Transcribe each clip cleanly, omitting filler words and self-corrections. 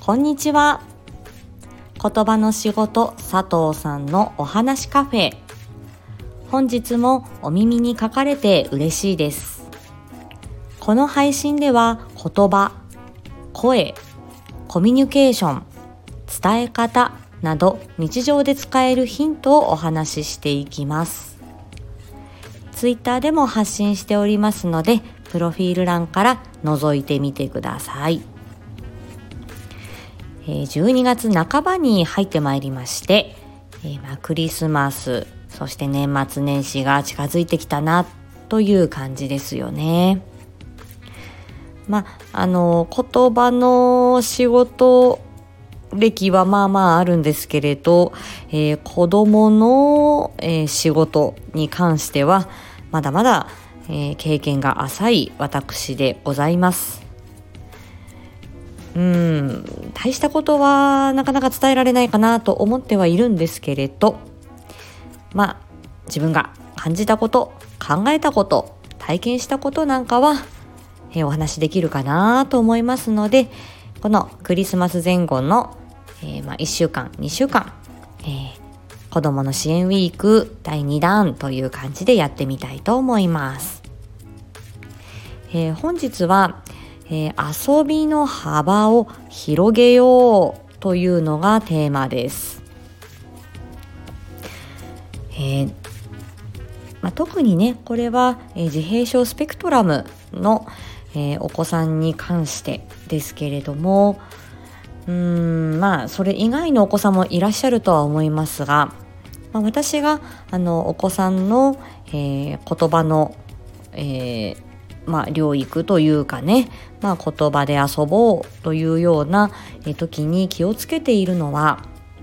こんにちは。言葉の仕事佐藤さんのお話カフェ。本日もお耳に書かれて嬉しいです。この配信では言葉、声、コミュニケーション、伝え方など日常で使えるヒントをお話ししていきます。ツイッターでも発信しておりますので、プロフィール欄から覗いてみてください。12月半ばに入ってまいりまして、クリスマス、そして年末年始が近づいてきたなという感じですよね。言葉の仕事歴はまああるんですけれど、子供の、仕事に関してはまだまだ、経験が浅い私でございます。大したことはなかなか伝えられないかなと思ってはいるんですけれど、自分が感じたこと、考えたこと、体験したことなんかは、お話できるかなと思いますので、このクリスマス前後の、1週間2週間、子どもの支援ウィーク第2弾という感じでやってみたいと思います。本日は遊びの幅を広げようというのがテーマです。特にね、これは、自閉症スペクトラムの、お子さんに関してですけれども、それ以外のお子さんもいらっしゃるとは思いますが、私がお子さんの、言葉の、療育というかね、言葉で遊ぼうというような時に気をつけているのは、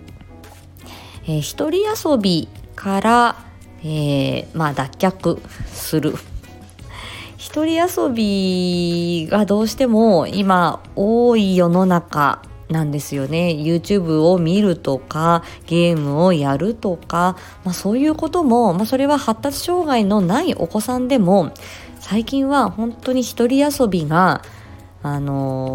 一人遊びから、脱却する。一人遊びがどうしても今多い世の中なんですよね。 YouTube を見るとかゲームをやるとか、そういうことも、それは発達障害のないお子さんでも最近は本当に一人遊びが難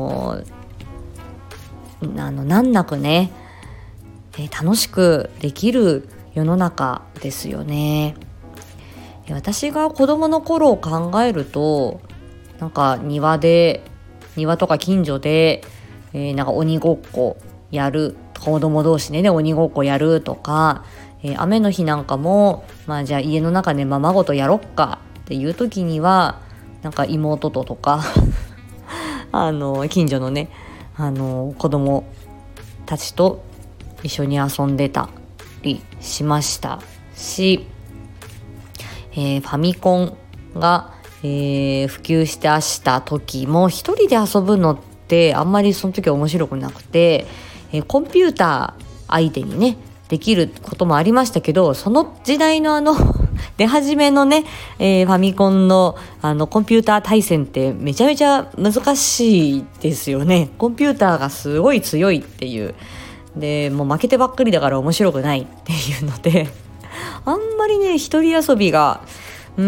なくね、楽しくできる世の中ですよね。私が子供の頃を考えると、庭とか近所で、鬼ごっこやる、子供同士でね鬼ごっこやるとか、雨の日なんかもじゃあ家の中でままごとやろっかっていう時には妹とか近所のね子供たちと一緒に遊んでたりしましたし、ファミコンが、普及した時も一人で遊ぶのってあんまりその時は面白くなくて、コンピューター相手にねできることもありましたけど、その時代の出始めのね、ファミコンのコンピューター対戦ってめちゃめちゃ難しいですよね。コンピューターがすごい強いっていう。でもう負けてばっかりだから面白くないっていうのであんまりね一人遊びが発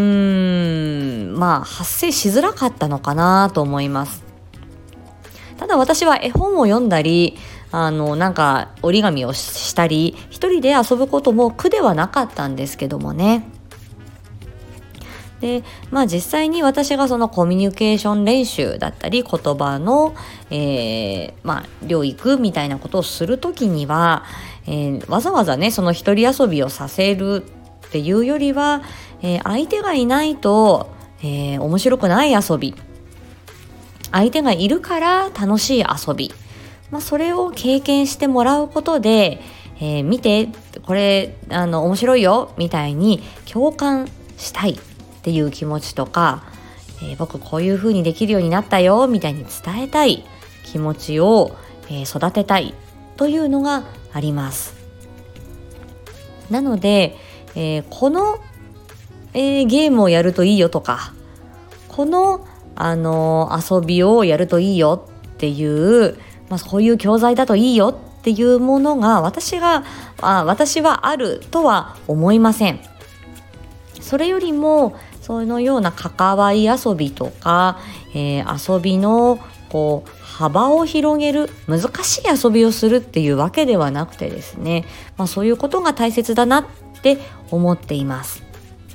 生しづらかったのかなと思います。ただ私は絵本を読んだり折り紙をしたり一人で遊ぶことも苦ではなかったんですけどもね。で実際に私がそのコミュニケーション練習だったり言葉の、療育みたいなことをするときには、わざわざねその一人遊びをさせるっていうよりは、相手がいないと、面白くない遊び、相手がいるから楽しい遊び、それを経験してもらうことで、見てこれ面白いよみたいに共感したいっていう気持ちとか、僕こういう風にできるようになったよみたいに伝えたい気持ちを、育てたいというのがあります。なので、この、ゲームをやるといいよとか、この、遊びをやるといいよっていう、そういう教材だといいよっていうものが私はあるとは思いません。それよりもそのような関わり遊びとか、遊びのこう幅を広げる、難しい遊びをするっていうわけではなくてですね、そういうことが大切だなって思っています。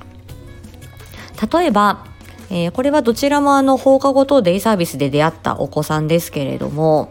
例えば、これはどちらも放課後等デイサービスで出会ったお子さんですけれども、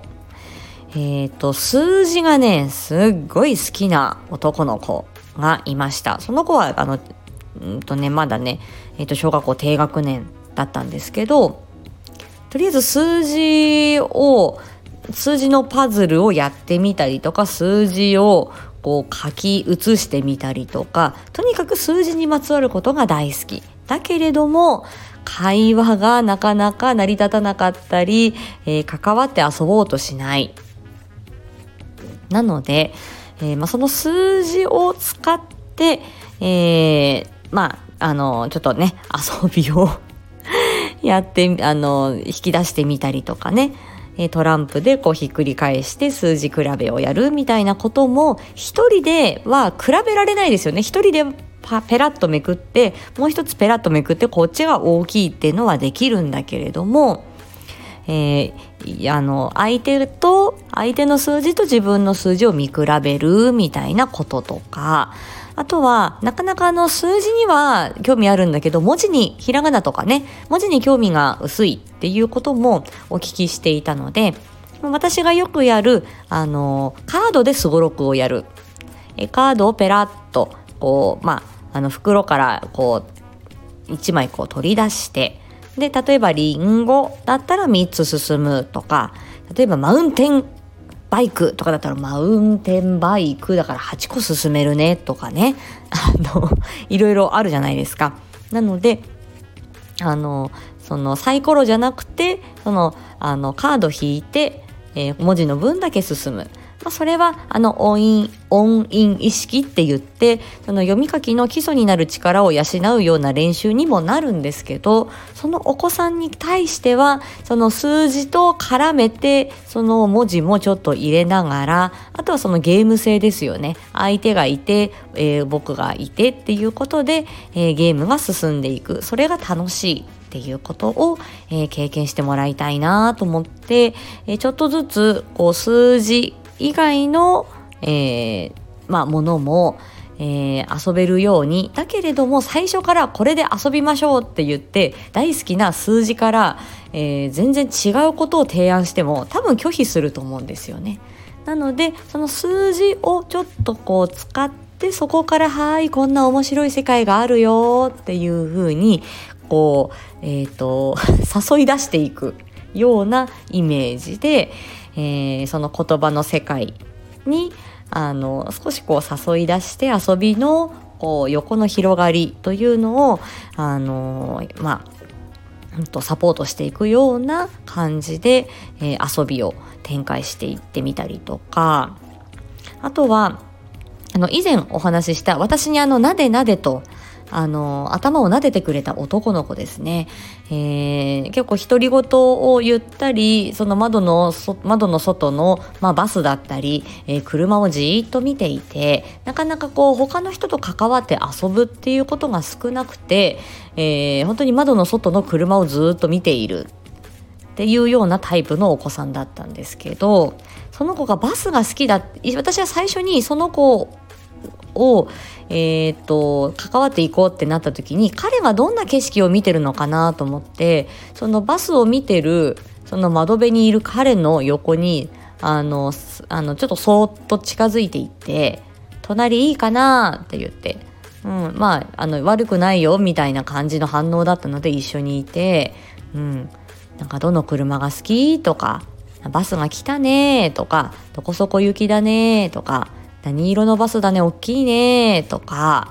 数字がねすっごい好きな男の子がいました。その子はまだね、小学校低学年だったんですけど、とりあえず数字のパズルをやってみたりとか、数字をこう書き写してみたりとか、とにかく数字にまつわることが大好きだけれども、会話がなかなか成り立たなかったり、関わって遊ぼうとしない。なので、その数字を使って、ちょっとね遊びをやって引き出してみたりとかね、トランプでこうひっくり返して数字比べをやるみたいなことも一人では比べられないですよね。一人でペラッとめくって、もう一つペラッとめくって、こっちが大きいっていうのはできるんだけれども、相手の数字と自分の数字を見比べるみたいなこととか、あとはなかなか数字には興味あるんだけど、ひらがなとかね、文字に興味が薄いっていうこともお聞きしていたので、私がよくやるカードですごろくをやる。カードをペラッとこう、袋からこう1枚こう取り出して、で例えばリンゴだったら3つ進むとか、例えばマウンテンバイクとかだったらマウンテンバイクだから8個進めるねとかね、いろいろあるじゃないですか。なのでそのサイコロじゃなくてカード引いて、文字の分だけ進む。それは音韻意識って言って、その読み書きの基礎になる力を養うような練習にもなるんですけど、そのお子さんに対してはその数字と絡めてその文字もちょっと入れながら、あとはそのゲーム性ですよね。相手がいて、僕がいてっていうことで、ゲームが進んでいく。それが楽しいっていうことを、経験してもらいたいなと思って、ちょっとずつこう数字以外の、ものも、遊べるように。だけれども最初からこれで遊びましょうって言って大好きな数字から、全然違うことを提案しても多分拒否すると思うんですよね。なのでその数字をちょっとこう使って、そこからこんな面白い世界があるよっていう風にこう、誘い出していくようなイメージで、その言葉の世界に少しこう誘い出して、遊びのこう横の広がりというのをサポートしていくような感じで、遊びを展開していってみたりとか、あとは以前お話しした私になでなでと頭を撫でてくれた男の子ですね。結構独り言を言ったり、その窓の外の、バスだったり、車をじーっと見ていて、なかなかこう他の人と関わって遊ぶっていうことが少なくて、本当に窓の外の車をずっと見ているっていうようなタイプのお子さんだったんですけど、その子がバスが好きだ。私は最初にその子を関わっていこうってなった時に、彼がどんな景色を見てるのかなと思って、そのバスを見てるその窓辺にいる彼の横にちょっとそーっと近づいていって、隣いいかなって言って、悪くないよみたいな感じの反応だったので一緒にいて、なんかどの車が好きとか、バスが来たねとか、どこそこ行きだねとか、何色のバスだね、大きいねとか、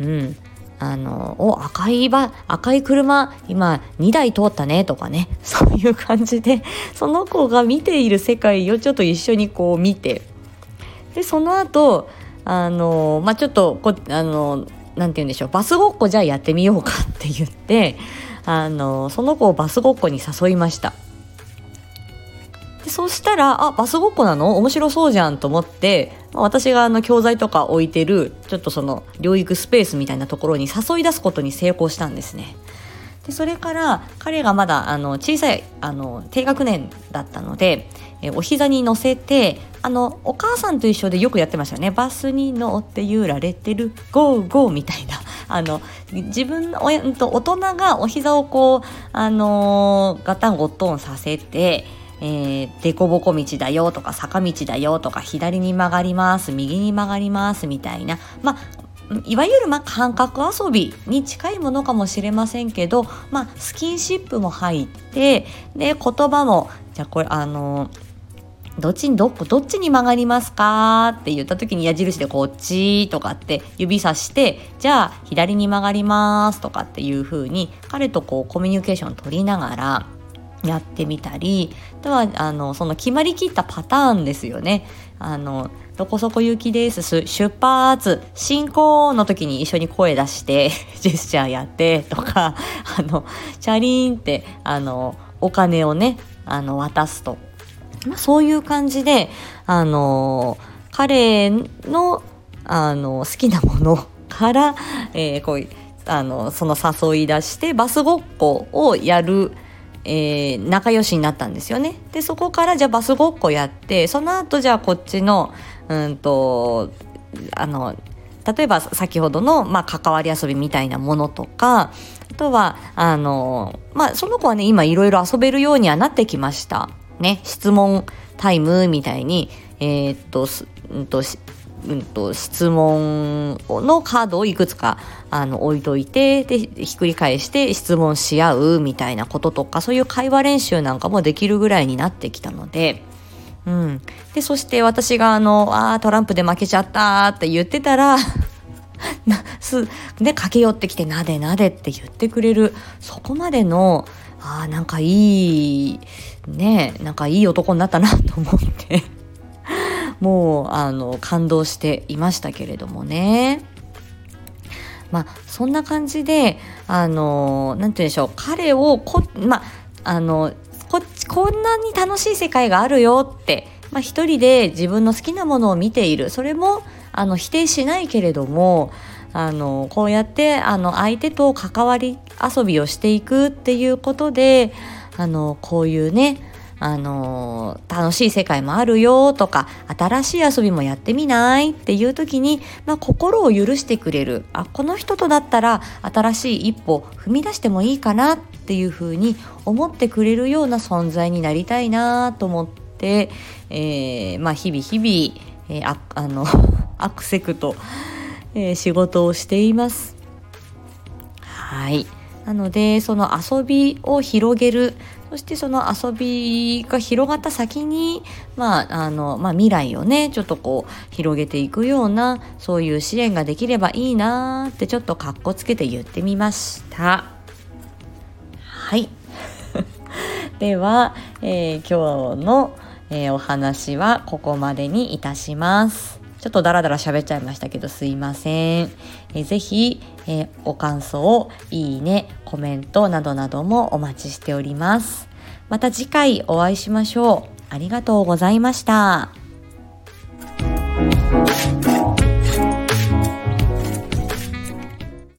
赤い車今2台通ったねとかね、そういう感じでその子が見ている世界をちょっと一緒にこう見て、でその後ちょっとなんて言うんでしょう、バスごっこじゃあやってみようかって言って、その子をバスごっこに誘いました。でそうしたら、バスごっこなの？面白そうじゃんと思って、私が教材とか置いてるちょっとその療育スペースみたいなところに誘い出すことに成功したんですね。 でそれから彼がまだ小さい低学年だったので、お膝に乗せてお母さんと一緒でよくやってましたよね。バスに乗って揺られてるゴーゴーみたいな自分の大人がお膝をこうガタンゴトンさせて、でこぼこ道だよとか坂道だよとか左に曲がります右に曲がりますみたいな、いわゆる感覚遊びに近いものかもしれませんけど、スキンシップも入ってで言葉もじゃあこれどっちに曲がりますかって言った時に矢印でこっちとかって指さしてじゃあ左に曲がりますとかっていう風に彼とこうコミュニケーションを取りながらやってみたり、あとはその決まりきったパターンですよね。どこそこ行きです出発進行の時に一緒に声出してジェスチャーやってとかチャリーンってお金をね渡すと、そういう感じで彼の好きなものから、こうその誘い出してバスごっこをやる、仲良しになったんですよね。でそこからじゃあバスごっこやってその後じゃあこっちの例えば先ほどの、関わり遊びみたいなものとか、あとはその子はね今いろいろ遊べるようにはなってきましたね。質問タイムみたいに質問のカードをいくつか置いといてでひっくり返して質問し合うみたいなこととか、そういう会話練習なんかもできるぐらいになってきたので、でそして私がトランプで負けちゃったって言ってたら駆け寄ってきてなでなでって言ってくれる、そこまでのなんかいい男になったなと思ってもう感動していましたけれどもね。そんな感じでなんて言うんでしょう、彼をこんなに楽しい世界があるよって、一人で自分の好きなものを見ている、それも否定しないけれどもこうやって相手と関わり遊びをしていくっていうことでこういうね楽しい世界もあるよとか新しい遊びもやってみないっていう時に、心を許してくれる、この人とだったら新しい一歩踏み出してもいいかなっていう風に思ってくれるような存在になりたいなと思って、日々、アクセクと、仕事をしています。はい。なのでその遊びを広げる、そしてその遊びが広がった先に、未来をねちょっとこう広げていくようなそういう支援ができればいいなってちょっとカッコつけて言ってみました。はいでは、今日の、お話はここまでにいたします。ちょっとダラダラ喋っちゃいましたけどすいません。ぜひ、お感想、いいね、コメントなどなどもお待ちしております。また次回お会いしましょう。ありがとうございました。